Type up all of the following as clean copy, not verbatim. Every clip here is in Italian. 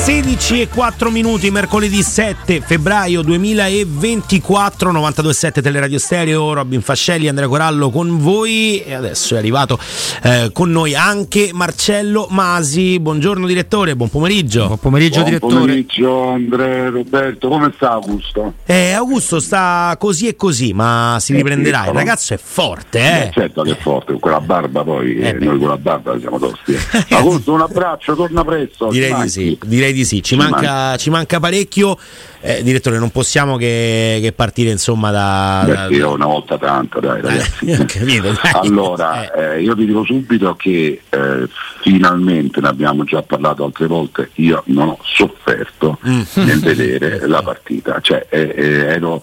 16:04, mercoledì 7 febbraio 2024, 92.7 Teleradio Stereo, Robin Fascelli, Andrea Corallo con voi, e adesso è arrivato con noi anche Marcello Masi. Buongiorno direttore, buon pomeriggio. Buon pomeriggio direttore. Buon pomeriggio Andrea, Roberto, come sta Augusto? Augusto sta così e così, ma si riprenderà, il ragazzo è forte. Certo che è forte, con quella barba poi, noi con la barba siamo tosti. Augusto, un abbraccio, torna presto. Direi di sì, ci manca parecchio. Direttore, non possiamo che partire insomma da io una volta tanto, dai ragazzi. Capito, dai. Allora, io vi dico subito che finalmente, ne abbiamo già parlato altre volte, io non ho sofferto nel vedere la partita, cioè ero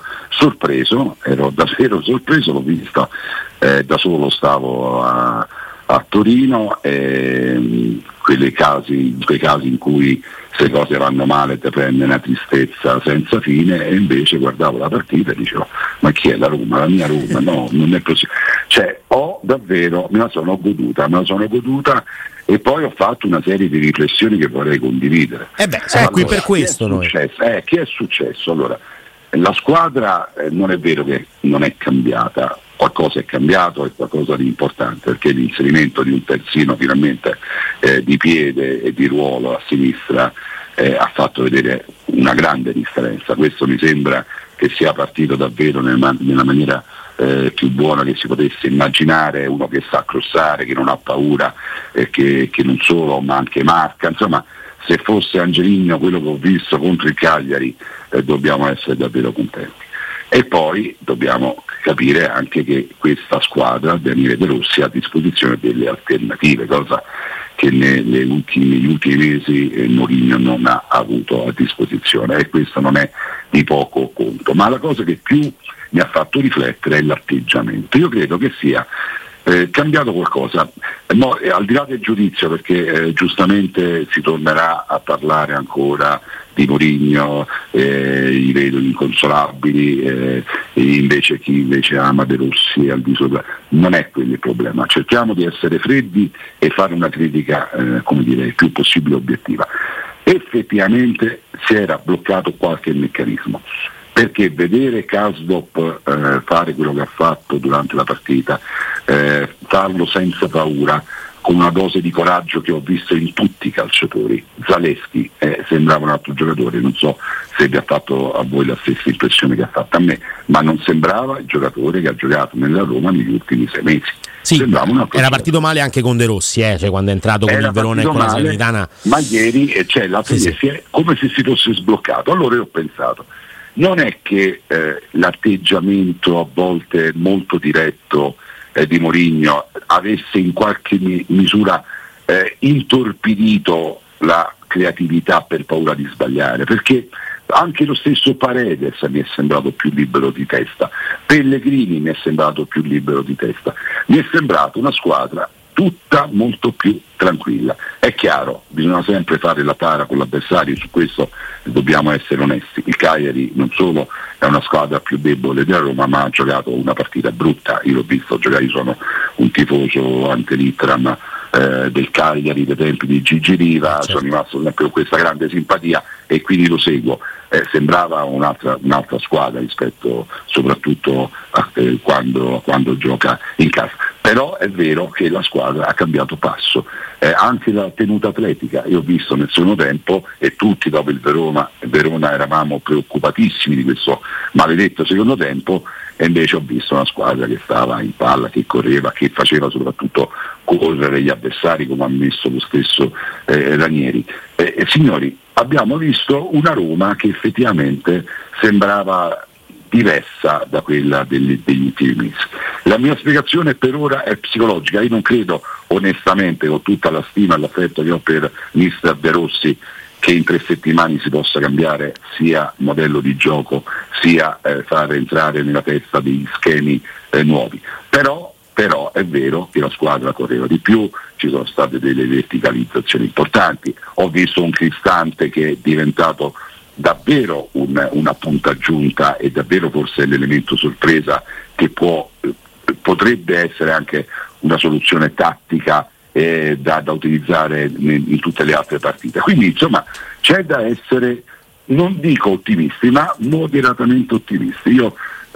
davvero sorpreso, l'ho vista da solo, stavo a Torino, quei casi in cui se cose vanno male ti prende una tristezza senza fine, e invece guardavo la partita e dicevo: ma chi è la Roma? La mia Roma? No, non è così. Cioè me la sono goduta, e poi ho fatto una serie di riflessioni che vorrei condividere. Siamo qui per questo noi. Che è successo? Allora, la squadra non è vero che non è cambiata, qualcosa è cambiato, è qualcosa di importante, perché l'inserimento di un terzino finalmente di piede e di ruolo a sinistra ha fatto vedere una grande differenza. Questo mi sembra che sia partito davvero nella maniera più buona che si potesse immaginare, uno che sa crossare, che non ha paura, che non solo ma anche marca, insomma. Se fosse Angelino quello che ho visto contro il Cagliari, dobbiamo essere davvero contenti. E poi dobbiamo capire anche che questa squadra, Daniele De Rossi, ha a disposizione delle alternative, cosa che negli ultimi mesi Mourinho non ha avuto a disposizione, e questo non è di poco conto. Ma la cosa che più mi ha fatto riflettere è l'atteggiamento. Io credo che sia cambiato qualcosa, al di là del giudizio, perché giustamente si tornerà a parlare ancora di Mourinho, i vedo inconsolabili, invece chi invece ama De Rossi al di sopra. Non è quello il problema, cerchiamo di essere freddi e fare una critica il più possibile obiettiva. Effettivamente si era bloccato qualche meccanismo, perché vedere Karsdorp fare quello che ha fatto durante la partita, farlo senza paura, con una dose di coraggio che ho visto in tutti i calciatori. Zalewski sembrava un altro giocatore, non so se vi ha fatto a voi la stessa impressione che ha fatto a me, ma non sembrava il giocatore che ha giocato nella Roma negli ultimi 6 mesi. Sì, era partito male anche con De Rossi, cioè quando è entrato con il Verona e con la Salernitana. Ma ieri è come se si fosse sbloccato. Allora io ho pensato, non è che l'atteggiamento a volte molto diretto di Mourinho avesse in qualche misura intorpidito la creatività per paura di sbagliare, perché anche lo stesso Paredes mi è sembrato più libero di testa, Pellegrini mi è sembrato più libero di testa, mi è sembrato una squadra tutta molto più tranquilla. È chiaro, bisogna sempre fare la tara con l'avversario, su questo dobbiamo essere onesti. Il Cagliari non solo è una squadra più debole della Roma, ma ha giocato una partita brutta. Io l'ho visto giocare, io sono un tifoso ante litteram del Cagliari dei tempi di Gigi Riva, certo. Sono rimasto sempre con questa grande simpatia e quindi lo seguo. Sembrava un'altra squadra rispetto soprattutto a quando gioca in casa. Però è vero che la squadra ha cambiato passo, anche la tenuta atletica. Io ho visto nel secondo tempo, e tutti dopo il Verona eravamo preoccupatissimi di questo maledetto secondo tempo, e invece ho visto una squadra che stava in palla, che correva, che faceva soprattutto correre gli avversari, come ha ammesso lo stesso Ranieri. Signori, abbiamo visto una Roma che effettivamente sembrava diversa da quella degli ultimi mesi. La mia spiegazione per ora è psicologica. Io non credo, onestamente, con tutta la stima e l'affetto che ho per mister De Rossi, che in 3 settimane si possa cambiare sia modello di gioco sia far entrare nella testa degli schemi nuovi. Però è vero che la squadra correva di più, ci sono state delle verticalizzazioni importanti. Ho visto un Cristante che è diventato davvero una punta aggiunta e davvero forse l'elemento sorpresa che potrebbe essere anche una soluzione tattica da utilizzare in tutte le altre partite. Quindi insomma c'è da essere, non dico ottimisti, ma moderatamente ottimisti. Io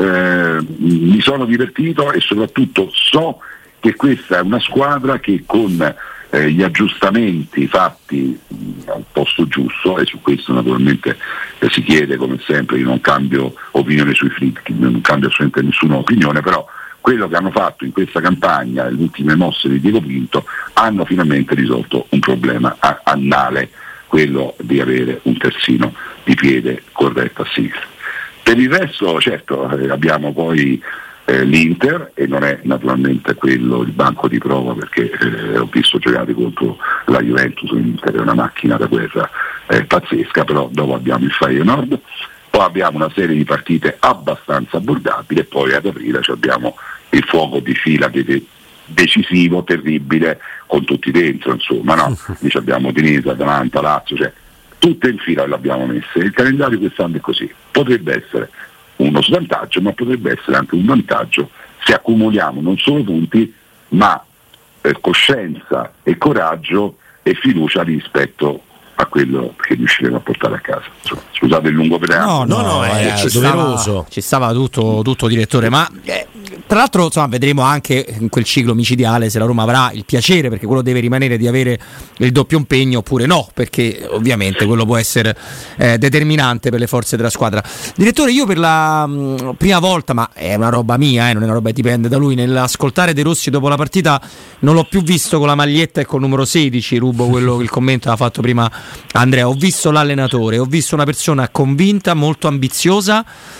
mi sono divertito e soprattutto so che questa è una squadra che con gli aggiustamenti fatti al posto giusto, e su questo naturalmente si chiede come sempre, io non cambio opinione sui Friedkin, non cambio assolutamente nessuna opinione, però quello che hanno fatto in questa campagna, le ultime mosse di Diego Pinto, hanno finalmente risolto un problema annale, quello di avere un terzino di piede corretto a sinistra. Per il resto certo abbiamo poi l'Inter, e non è naturalmente quello il banco di prova, perché ho visto giocare contro la Juventus, l'Inter è una macchina da guerra pazzesca, però dopo abbiamo il Feyenoord, poi abbiamo una serie di partite abbastanza abbordabili, e poi ad aprile abbiamo il fuoco di fila decisivo, terribile, con tutti dentro, insomma, no? Lì abbiamo Udinese, Atalanta, Lazio, cioè tutte in fila l'abbiamo messe. Il calendario quest'anno è così, potrebbe essere uno svantaggio, ma potrebbe essere anche un vantaggio se accumuliamo non solo punti, ma coscienza e coraggio e fiducia rispetto a quello che riusciremo a portare a casa. Insomma, scusate il lungo preambolo. No, è doveroso. Ci stava tutto direttore, ma tra l'altro insomma, vedremo anche in quel ciclo micidiale se la Roma avrà il piacere, perché quello deve rimanere, di avere il doppio impegno oppure no, perché ovviamente quello può essere determinante per le forze della squadra. Direttore, io per la prima volta, ma è una roba mia, non è una roba che dipende da lui, nell'ascoltare De Rossi dopo la partita non l'ho più visto con la maglietta e col numero 16, rubo il commento che ha fatto prima Andrea. Ho visto l'allenatore, ho visto una persona convinta, molto ambiziosa,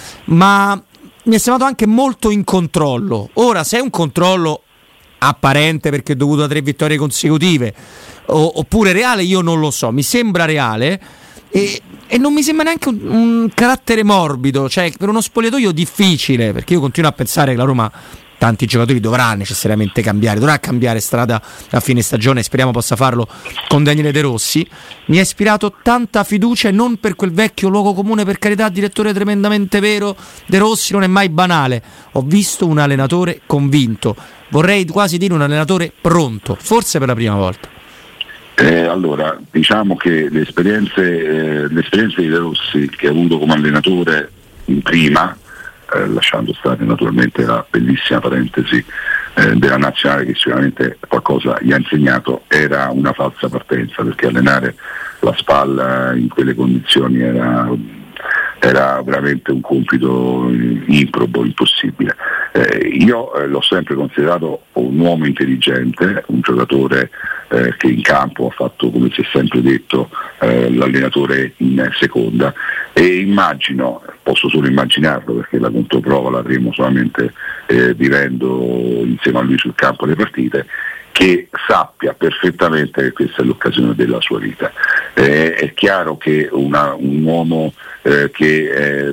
ma mi è sembrato anche molto in controllo. Ora, se è un controllo apparente perché è dovuto a 3 vittorie consecutive oppure reale, io non lo so. Mi sembra reale e non mi sembra neanche un carattere morbido, cioè per uno spogliatoio difficile, perché io continuo a pensare che la Roma tanti giocatori dovrà necessariamente cambiare, dovrà cambiare strada a fine stagione, speriamo possa farlo con Daniele De Rossi. Mi ha ispirato tanta fiducia, e non per quel vecchio luogo comune, per carità, direttore, tremendamente vero, De Rossi non è mai banale. Ho visto un allenatore convinto, vorrei quasi dire un allenatore pronto, forse per la prima volta. Allora, diciamo che le esperienze di De Rossi che ha avuto come allenatore in prima, lasciando stare naturalmente la bellissima parentesi della nazionale, che sicuramente qualcosa gli ha insegnato, era una falsa partenza, perché allenare la spalla in quelle condizioni era veramente un compito improbo, impossibile. Io l'ho sempre considerato un uomo intelligente, un giocatore che in campo ha fatto, come si è sempre detto, l'allenatore in seconda, e immagino, posso solo immaginarlo perché la controprova l'avremo solamente vivendo insieme a lui sul campo le partite, che sappia perfettamente che questa è l'occasione della sua vita. È chiaro che un uomo che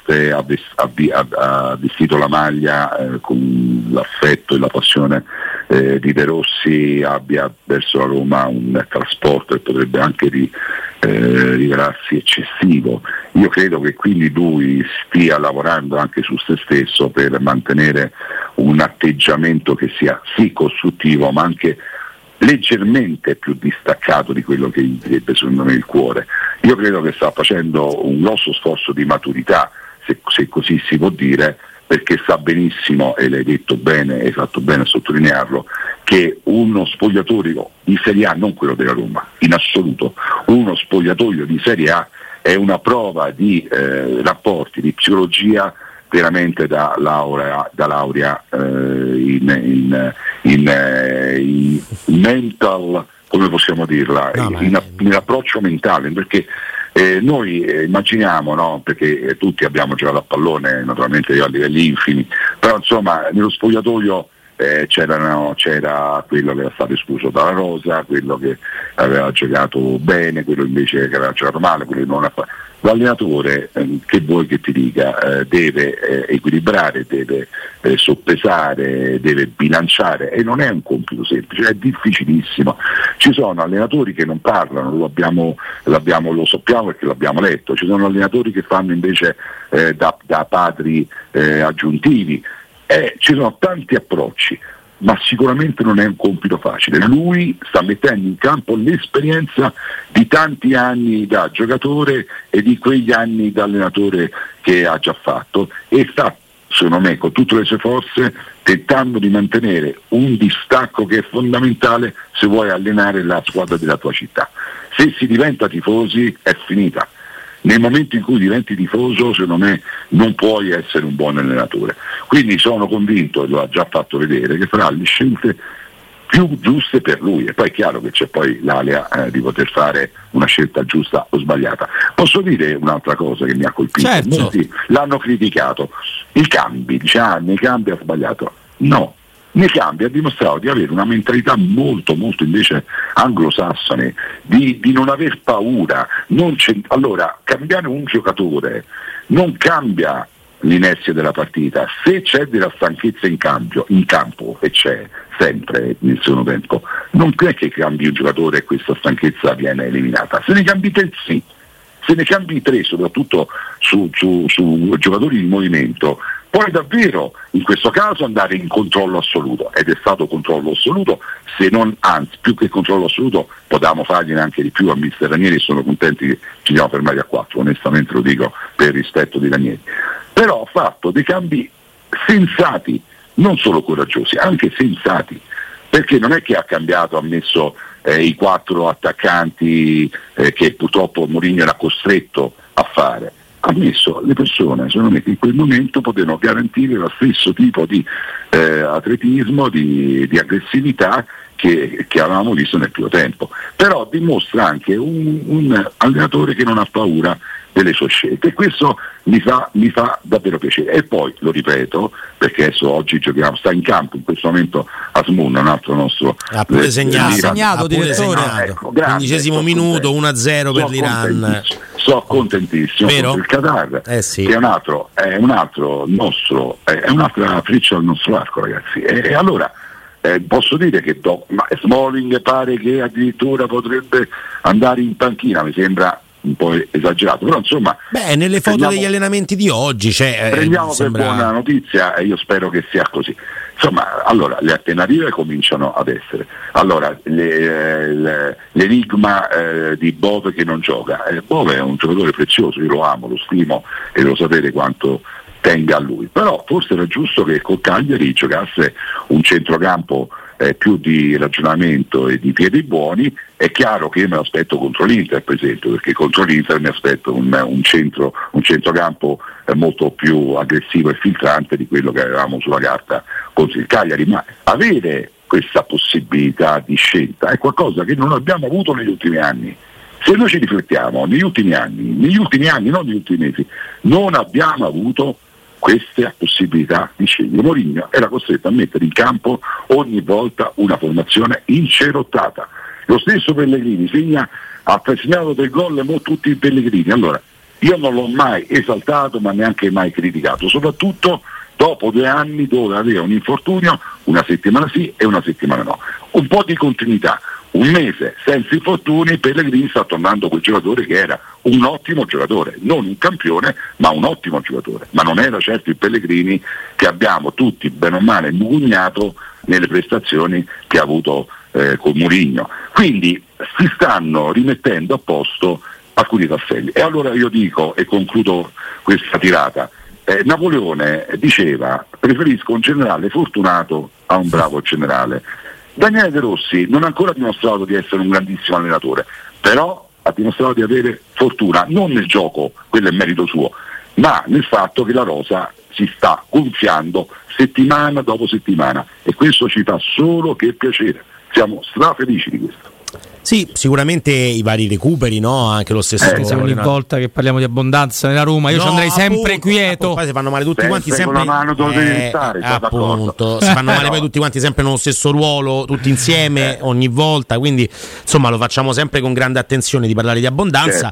ha vestito la maglia con l'affetto e la passione di De Rossi abbia verso la Roma un trasporto che potrebbe anche rivelarsi eccessivo. Io credo che quindi lui stia lavorando anche su se stesso per mantenere un atteggiamento che sia sì costruttivo, ma anche leggermente più distaccato di quello che gli direbbe secondo me il cuore. Io credo che sta facendo un grosso sforzo di maturità, se così si può dire, perché sa benissimo, e l'hai detto bene, hai fatto bene a sottolinearlo, che uno spogliatoio di Serie A, non quello della Roma, in assoluto, uno spogliatoio di Serie A è una prova di rapporti, di psicologia veramente da laurea in mental, come possiamo dirla, nell'approccio mentale, perché noi immaginiamo, no? Perché tutti abbiamo giocato a pallone naturalmente a livelli infimi, però insomma nello spogliatoio c'era quello che era stato escluso dalla rosa, quello che aveva giocato bene, quello invece che aveva giocato male, quello che non ha fatto. L'allenatore, che vuoi che ti dica, deve equilibrare, deve soppesare, deve bilanciare, e non è un compito semplice, è difficilissimo. Ci sono allenatori che non parlano, lo sappiamo perché l'abbiamo letto, ci sono allenatori che fanno invece da padri aggiuntivi. Ci sono tanti approcci. ma sicuramente non è un compito facile. Lui sta mettendo in campo l'esperienza di tanti anni da giocatore e di quegli anni da allenatore che ha già fatto, e sta, secondo me, con tutte le sue forze tentando di mantenere un distacco che è fondamentale se vuoi allenare la squadra della tua città. Se si diventa tifosi è finita. Nel momento in cui diventi tifoso, secondo me, non puoi essere un buon allenatore. Quindi sono convinto, e lo ha già fatto vedere, che farà le scelte più giuste per lui, e poi è chiaro che c'è poi l'alea di poter fare una scelta giusta o sbagliata. Posso dire un'altra cosa che mi ha colpito? Certo. Molti l'hanno criticato, i cambi, nei cambi ha sbagliato. No, nei cambi ha dimostrato di avere una mentalità molto molto invece anglosassone, di non aver paura. Allora, cambiare un giocatore non cambia l'inerzia della partita. Se c'è della stanchezza in campo, e c'è sempre nel secondo tempo, non è che cambi un giocatore e questa stanchezza viene eliminata. Se ne cambi tre, sì. Se ne cambi tre, soprattutto su giocatori di movimento, puoi davvero in questo caso andare in controllo assoluto, ed è stato controllo assoluto, se non, anzi più che controllo assoluto potevamo fargliene anche di più a mister Ranieri, e sono contenti che ci siamo fermati a 4, onestamente lo dico per rispetto di Ranieri. Però ha fatto dei cambi sensati, non solo coraggiosi, anche sensati, perché non è che ha cambiato, ha messo i 4 attaccanti che purtroppo Mourinho era costretto a fare, ha messo le persone, secondo me, che in quel momento potevano garantire lo stesso tipo di atletismo, di aggressività che avevamo visto nel primo tempo. Però dimostra anche un allenatore che non ha paura delle sue scelte, e questo mi fa davvero piacere. E poi lo ripeto, perché adesso oggi giochiamo, sta in campo in questo momento Asmun, un altro nostro ha pure segnato, direttore. Ecco, grande, 15° minuto, 1-0 per l'Iran. Sono contentissimo. Vero? Il Qatar, sì. che è un altro nostro, è un'altra freccia al nostro arco, ragazzi. E allora posso dire che Smalling pare che addirittura potrebbe andare in panchina, mi sembra un po' esagerato, però insomma, nelle foto degli allenamenti di oggi prendiamo per buona notizia, e io spero che sia così. Insomma, allora le alternative cominciano ad essere. Allora l'enigma di Bove che non gioca. Bove è un giocatore prezioso, io lo amo, lo stimo e lo sapete quanto tenga a lui, però forse era giusto che col Cagliari giocasse un centrocampo più di ragionamento e di piedi buoni. È chiaro che io me lo aspetto contro l'Inter, per esempio, perché contro l'Inter mi aspetto un centrocampo molto più aggressivo e filtrante di quello che avevamo sulla carta contro il Cagliari, ma avere questa possibilità di scelta è qualcosa che non abbiamo avuto negli ultimi anni. Se noi ci riflettiamo, negli ultimi anni, non negli ultimi mesi, non abbiamo avuto queste possibilità di scegliere. Mourinho era costretto a mettere in campo ogni volta una formazione incerottata. Lo stesso Pellegrini ha segnato del gol tutti i Pellegrini. Allora, io non l'ho mai esaltato, ma neanche mai criticato, soprattutto dopo 2 anni dove aveva un infortunio, una settimana sì e una settimana no. Un po' di continuità. Un mese senza infortuni, Pellegrini sta tornando quel giocatore che era un ottimo giocatore, non un campione, ma un ottimo giocatore. Ma non era certo il Pellegrini che abbiamo tutti bene o male mugugnato nelle prestazioni che ha avuto con Mourinho. Quindi si stanno rimettendo a posto alcuni tasselli. E allora io dico, e concludo questa tirata, Napoleone diceva: preferisco un generale fortunato a un bravo generale. Daniele De Rossi non ha ancora dimostrato di essere un grandissimo allenatore, però ha dimostrato di avere fortuna, non nel gioco, quello è merito suo, ma nel fatto che la rosa si sta gonfiando settimana dopo settimana, e questo ci fa solo che piacere. Siamo strafelici di questo. Sì, sicuramente i vari recuperi, no? Anche lo stesso. Ogni volta che parliamo di abbondanza nella Roma, io ci andrei sempre quieto. Poi si fanno male tutti quanti sempre. Con la mano dove devi stare, appunto, si fanno male poi tutti quanti sempre nello stesso ruolo, tutti insieme ogni volta. Quindi insomma lo facciamo sempre con grande attenzione di parlare di abbondanza. Certo.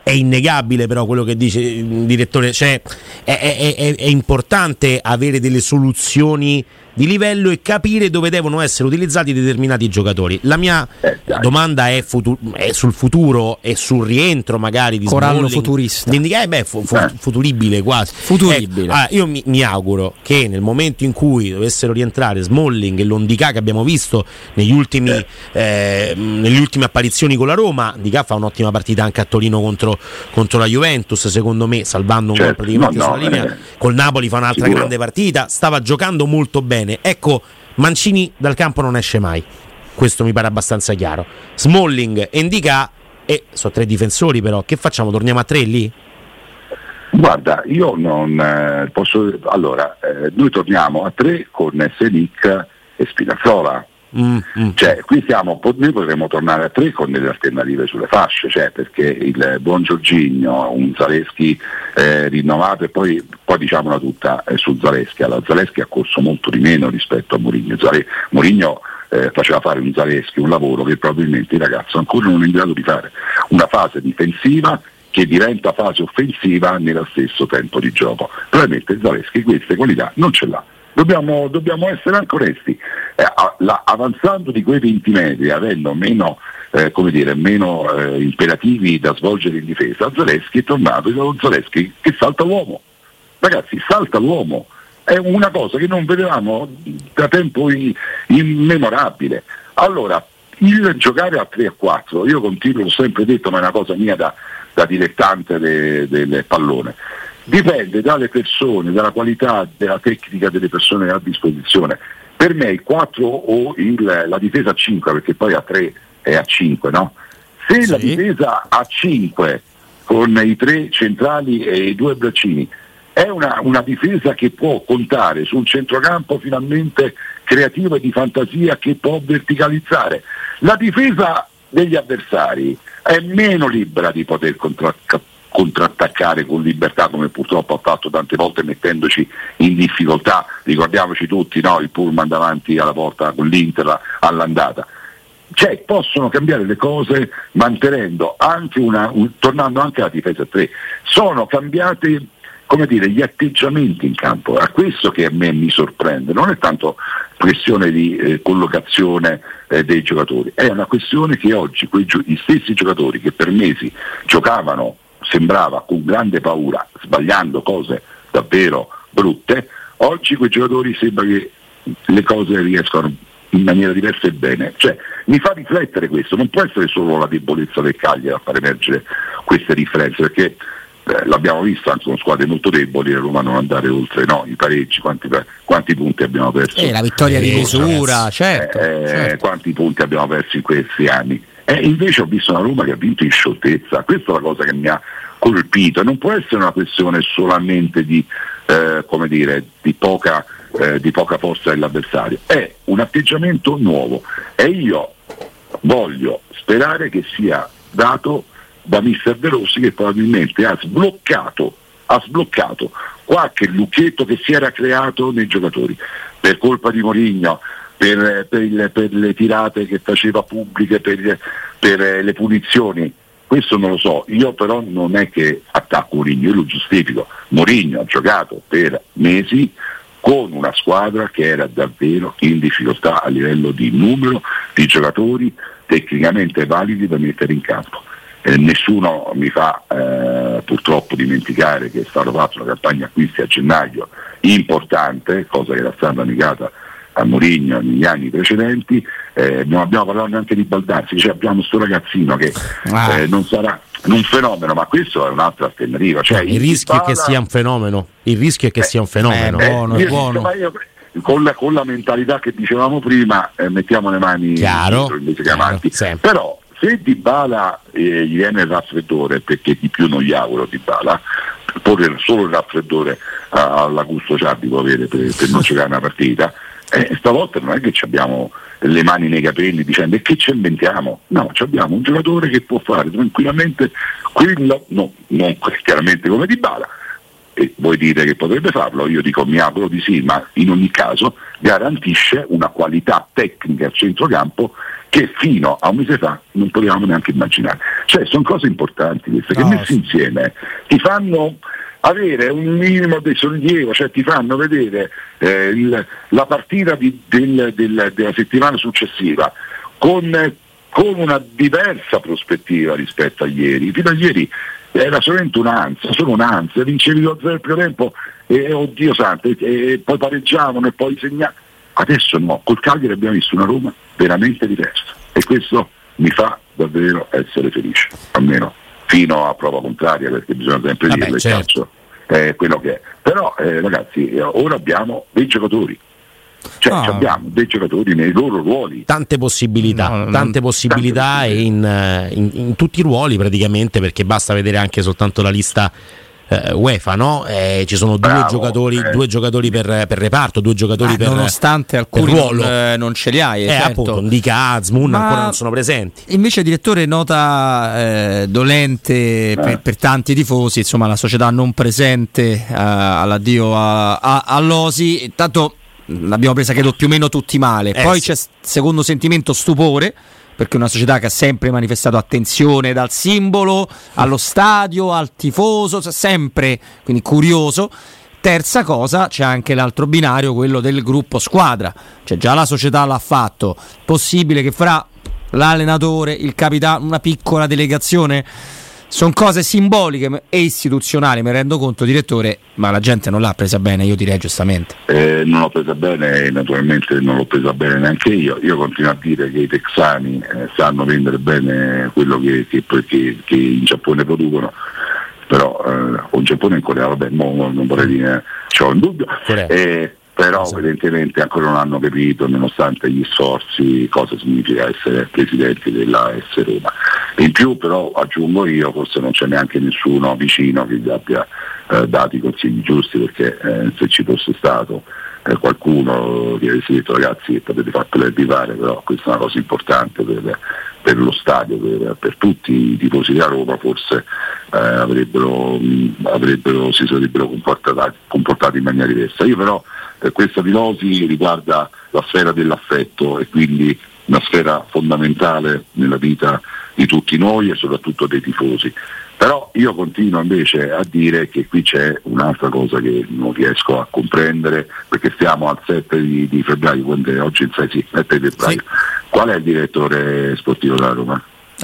è innegabile però quello che dice il direttore, cioè è importante avere delle soluzioni di livello e capire dove devono essere utilizzati determinati giocatori. La mia domanda è sul futuro e sul rientro magari di Corallo Smalling, futurista, futuribile quasi. Futuribile. Io mi auguro che nel momento in cui dovessero rientrare Smalling e Londicà, che abbiamo visto nelle ultime apparizioni con la Roma, Londicà fa un'ottima partita anche a Torino contro la Juventus, secondo me, salvando un gol praticamente sulla linea. Col Napoli fa un'altra grande partita, stava giocando molto bene. Ecco, Mancini dal campo non esce mai, questo mi pare abbastanza chiaro. Smalling e Ndicà sono 3 difensori, però che facciamo? Torniamo a 3 lì? Guarda, io non posso. Allora, noi torniamo a 3 con Selic e Spinazzola. Cioè, qui noi potremmo tornare a 3 con delle alternative sulle fasce, cioè, perché il buon Jorginho, un Zalewski rinnovato, e poi diciamola tutta su Zalewski. Allora, Zalewski ha corso molto di meno rispetto a Mourinho. Mourinho faceva fare un Zalewski un lavoro che probabilmente il ragazzo ancora non è in grado di fare, una fase difensiva che diventa fase offensiva nello stesso tempo di gioco. Probabilmente Zalewski queste qualità non ce l'ha. Dobbiamo essere anche onesti, avanzando di quei 20 metri, avendo meno imperativi da svolgere in difesa, Zalewski è tornato da un Zalewski che salta l'uomo. Ragazzi, salta l'uomo, è una cosa che non vedevamo da tempo immemorabile. Allora, il giocare a 3 a 4, io continuo, l'ho sempre detto, ma è una cosa mia da dilettante del pallone, dipende dalle persone, dalla qualità della tecnica delle persone a disposizione. Per me il 4 o la difesa a 5, perché poi a 3 è a 5, no? Se la difesa a 5 con i 3 centrali e i 2 braccini è una difesa che può contare su un centrocampo finalmente creativo e di fantasia, che può verticalizzare. La difesa degli avversari è meno libera di poter contrattaccare con libertà, come purtroppo ha fatto tante volte, mettendoci in difficoltà. Ricordiamoci tutti, no? Il pullman davanti alla porta con l'Inter all'andata. Cioè, possono cambiare le cose mantenendo anche tornando anche alla difesa 3. Sono cambiate, come dire, gli atteggiamenti in campo. È questo che a me mi sorprende, non è tanto questione di collocazione dei giocatori, è una questione che oggi gli stessi giocatori che per mesi giocavano, sembrava, con grande paura, sbagliando cose davvero brutte, oggi quei giocatori sembra che le cose riescono in maniera diversa e bene. Cioè, mi fa riflettere questo, non può essere solo la debolezza del Cagliari a far emergere queste differenze, perché l'abbiamo visto anche con squadre molto deboli, la Roma non andare oltre i pareggi, quanti punti abbiamo perso, la vittoria di misura, certo. Quanti punti abbiamo perso in questi anni. Invece ho visto una Roma che ha vinto in scioltezza. Questa è la cosa che mi ha colpito. Non può essere una questione solamente di poca forza dell'avversario, è un atteggiamento nuovo, e io voglio sperare che sia dato da mister De Rossi, che probabilmente ha sbloccato qualche lucchetto che si era creato nei giocatori per colpa di Mourinho, per le tirate che faceva pubbliche, per le punizioni. Questo non lo so, io però non è che attacco Mourinho, io lo giustifico. Mourinho ha giocato per mesi con una squadra che era davvero in difficoltà a livello di numero di giocatori tecnicamente validi da mettere in campo. Nessuno mi fa purtroppo dimenticare che è stato fatto una campagna acquisti a gennaio importante, cosa che era stata negata a Mourinho negli anni precedenti. Non abbiamo parlato neanche di Baldassi, cioè abbiamo questo ragazzino che non sarà un fenomeno, ma questo è un'altra alternativa. Cioè, il rischio è che sia un fenomeno. Il rischio è che sia un fenomeno. È buono. Con la mentalità che dicevamo prima, mettiamo le mani dietro invece che avanti. Però se Dybala gli viene il raffreddore, perché di più non gli auguro Dybala, porre solo il raffreddore all'Augusto Ciardi può avere per non giocare una partita, stavolta non è che abbiamo le mani nei capelli dicendo e che ci inventiamo. No, abbiamo un giocatore che può fare tranquillamente quello, non chiaramente come Dybala, e voi dite che potrebbe farlo, io dico mi auguro di sì, ma in ogni caso garantisce una qualità tecnica al centrocampo che fino a un mese fa non potevamo neanche immaginare. Cioè sono cose importanti queste che messe insieme ti fanno avere un minimo di sollievo, cioè ti fanno vedere la partita della settimana successiva con una diversa prospettiva rispetto a ieri. Fino a ieri era solamente un'ansia, vincevi 2-0 il primo tempo e oddio santo, e poi pareggiavano e poi segnavano. Adesso no, col Cagliari abbiamo visto una Roma veramente diversa e questo mi fa davvero essere felice, almeno fino a prova contraria, perché bisogna sempre dirlo, il calcio è quello che è. Però ragazzi, ora abbiamo dei giocatori, abbiamo dei giocatori nei loro ruoli, tante possibilità e in tutti i ruoli praticamente, perché basta vedere anche soltanto la lista UEFA, no? Ci sono due giocatori per reparto, due giocatori per nonostante alcuni ruolo. Non ce li hai, certo. Appunto, Ndicà, Azmoun ancora non sono presenti. Invece, direttore, nota dolente per tanti tifosi, insomma, la società non presente all'addio all'Osi. Intanto l'abbiamo presa credo più o meno tutti male. Poi c'è secondo sentimento stupore, perché è una società che ha sempre manifestato attenzione dal simbolo allo stadio, al tifoso, sempre, quindi curioso. Terza cosa, c'è anche l'altro binario, quello del gruppo squadra, cioè già la società l'ha fatto, possibile che fra l'allenatore, il capitano, una piccola delegazione, sono cose simboliche e istituzionali, mi rendo conto, direttore, ma la gente non l'ha presa bene, io direi giustamente. Non l'ho presa bene e naturalmente non l'ho presa bene neanche io continuo a dire che i texani sanno vendere bene quello che in Giappone producono, però o in Giappone e in Corea, vabbè, non vorrei dire, c'ho un dubbio, però evidentemente ancora non hanno capito, nonostante gli sforzi, cosa significa essere presidenti della S Roma. In più però aggiungo io, forse non c'è neanche nessuno vicino che gli abbia dato i consigli giusti, perché se ci fosse stato qualcuno che avesse detto ragazzi potete farvelo arrivare, però questa è una cosa importante per lo stadio, per tutti i tifosi della Roma, forse si sarebbero comportati in maniera diversa. Io però questa diagnosi riguarda la sfera dell'affetto e quindi una sfera fondamentale nella vita di tutti noi e soprattutto dei tifosi. Però io continuo invece a dire che qui c'è un'altra cosa che non riesco a comprendere, perché stiamo al 7 di febbraio, quando è oggi il 7 febbraio. Sì. Qual è il direttore sportivo della Roma?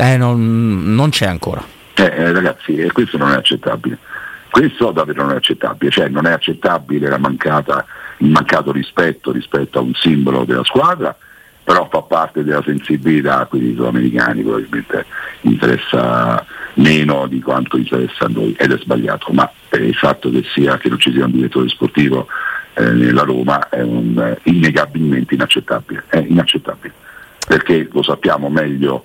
Non c'è ancora. Ragazzi, questo non è accettabile. Questo davvero non è accettabile, cioè non è accettabile il mancato rispetto a un simbolo della squadra, però fa parte della sensibilità a quelli sudamericani, probabilmente interessa meno di quanto interessa a noi ed è sbagliato, ma il fatto che non ci sia un direttore sportivo nella Roma è innegabilmente inaccettabile, è inaccettabile, perché lo sappiamo meglio,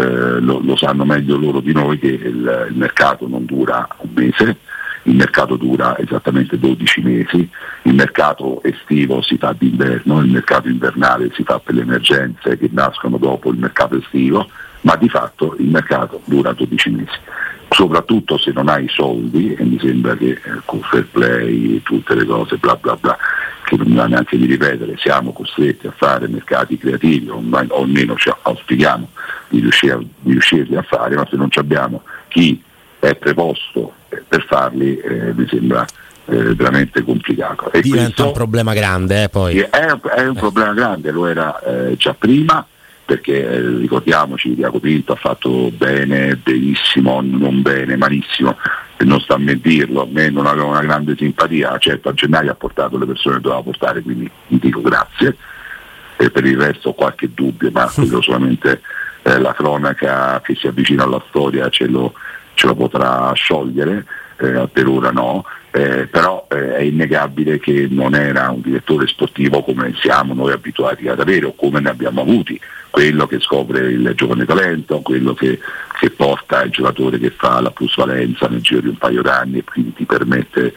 lo sanno meglio loro di noi che il mercato non dura un mese, il mercato dura esattamente 12 mesi, il mercato estivo si fa d'inverno, il mercato invernale si fa per le emergenze che nascono dopo il mercato estivo, ma di fatto il mercato dura 12 mesi, soprattutto se non hai i soldi, e mi sembra che con fair play, tutte le cose bla bla bla, che non mi va neanche di ripetere, siamo costretti a fare mercati creativi, o almeno auspichiamo di riuscirli a fare, ma se non abbiamo chi è preposto per farli mi sembra veramente complicato. E diventa un problema grande poi. È un problema grande, lo era già prima, perché ricordiamoci Diaco Pinto ha fatto bene, benissimo, non bene, malissimo, e non sta a me dirlo, a me non aveva una grande simpatia, certo a gennaio ha portato le persone che doveva portare, quindi gli dico grazie, e per il resto ho qualche dubbio, ma quello solamente la cronaca che si avvicina alla storia ce lo potrà sciogliere, per ora no, però è innegabile che non era un direttore sportivo come siamo noi abituati ad avere o come ne abbiamo avuti, quello che scopre il giovane talento, quello che porta il giocatore che fa la plusvalenza nel giro di un paio d'anni e quindi ti permette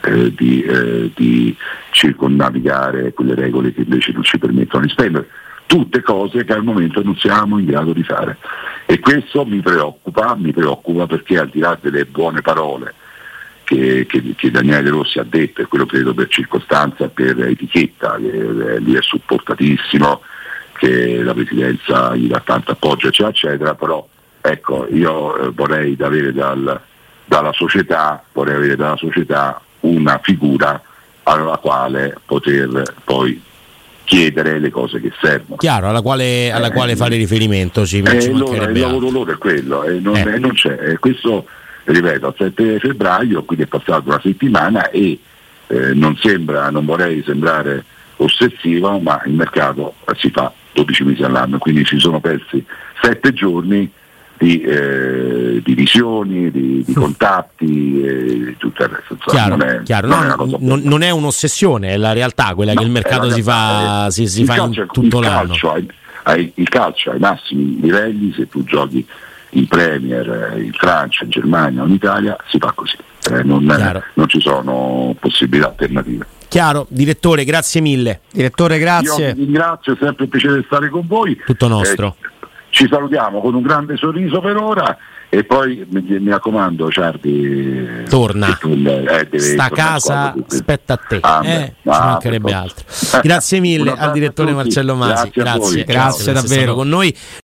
di circonnavigare quelle regole che invece non ci permettono di spendere. Tutte cose che al momento non siamo in grado di fare, e questo mi preoccupa perché al di là delle buone parole che Daniele De Rossi ha detto, e quello credo per circostanza, per etichetta, che lui è supportatissimo, che la presidenza gli dà tanto appoggio eccetera, però ecco, io vorrei avere dalla società una figura alla quale poter poi chiedere le cose che servono. Chiaro, alla quale fare riferimento, ci mancherebbe il lavoro loro è quello, non c'è. Questo, ripeto, al 7 febbraio, quindi è passata una settimana e non vorrei sembrare ossessivo, ma il mercato si fa 12 mesi all'anno, quindi ci sono persi 7 giorni di visioni, di contatti, tutto il resto. Non è un'ossessione, è la realtà, quella che il mercato si fa in tutto l'anno. Il calcio ai massimi livelli, se tu giochi in Premier, in Francia, in Germania o in Italia, si fa così. Non ci sono possibilità alternative. Chiaro, direttore, grazie mille. Direttore, grazie. Io vi ringrazio, è sempre un piacere stare con voi. Tutto nostro. Ci salutiamo con un grande sorriso per ora e poi mi raccomando, Ciardi, torna. Sta casa aspetta a te, ci mancherebbe altro. Grazie mille al direttore Marcello Masi. Grazie davvero con noi.